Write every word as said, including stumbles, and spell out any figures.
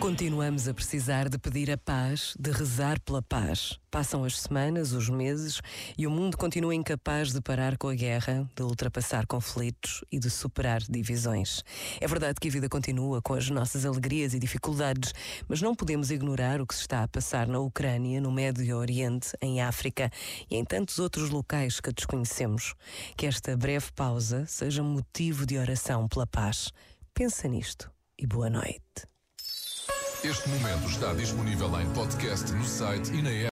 Continuamos a precisar de pedir a paz, de rezar pela paz. Passam as semanas, os meses e o mundo continua incapaz de parar com a guerra, de ultrapassar conflitos e de superar divisões. É verdade que a vida continua com as nossas alegrias e dificuldades, mas não podemos ignorar o que se está a passar na Ucrânia, no Médio Oriente, em África e em tantos outros locais que desconhecemos. Que esta breve pausa seja motivo de oração pela paz. Pensa nisto e boa noite. Este momento está disponível em podcast no site e na app.